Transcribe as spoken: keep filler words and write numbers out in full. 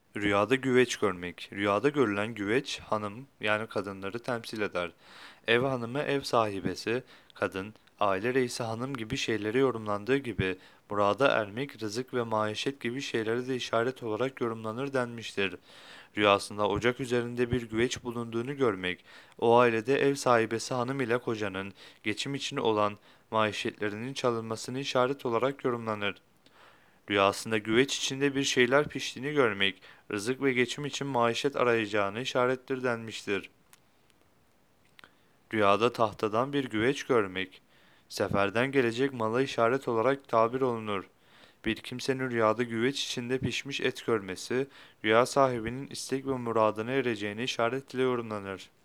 Rüyada güveç görmek. Rüyada görülen güveç hanım yani kadınları temsil eder. Ev hanımı ev sahibesi, kadın, aile reisi hanım gibi şeyleri yorumlandığı gibi murada ermek, rızık ve maişet gibi şeylere de işaret olarak yorumlanır denmiştir. Rüyasında ocak üzerinde bir güveç bulunduğunu görmek, o ailede ev sahibesi hanım ile kocanın geçim için olan maişetlerinin çalınmasını işaret olarak yorumlanır. Rüyasında güveç içinde bir şeyler piştiğini görmek, rızık ve geçim için maişet arayacağını işarettir denmiştir. Rüyada tahtadan bir güveç görmek, seferden gelecek mala işaret olarak tabir olunur. Bir kimsenin rüyada güveç içinde pişmiş et görmesi, rüya sahibinin istek ve muradına ereceğini işaret ile yorumlanır.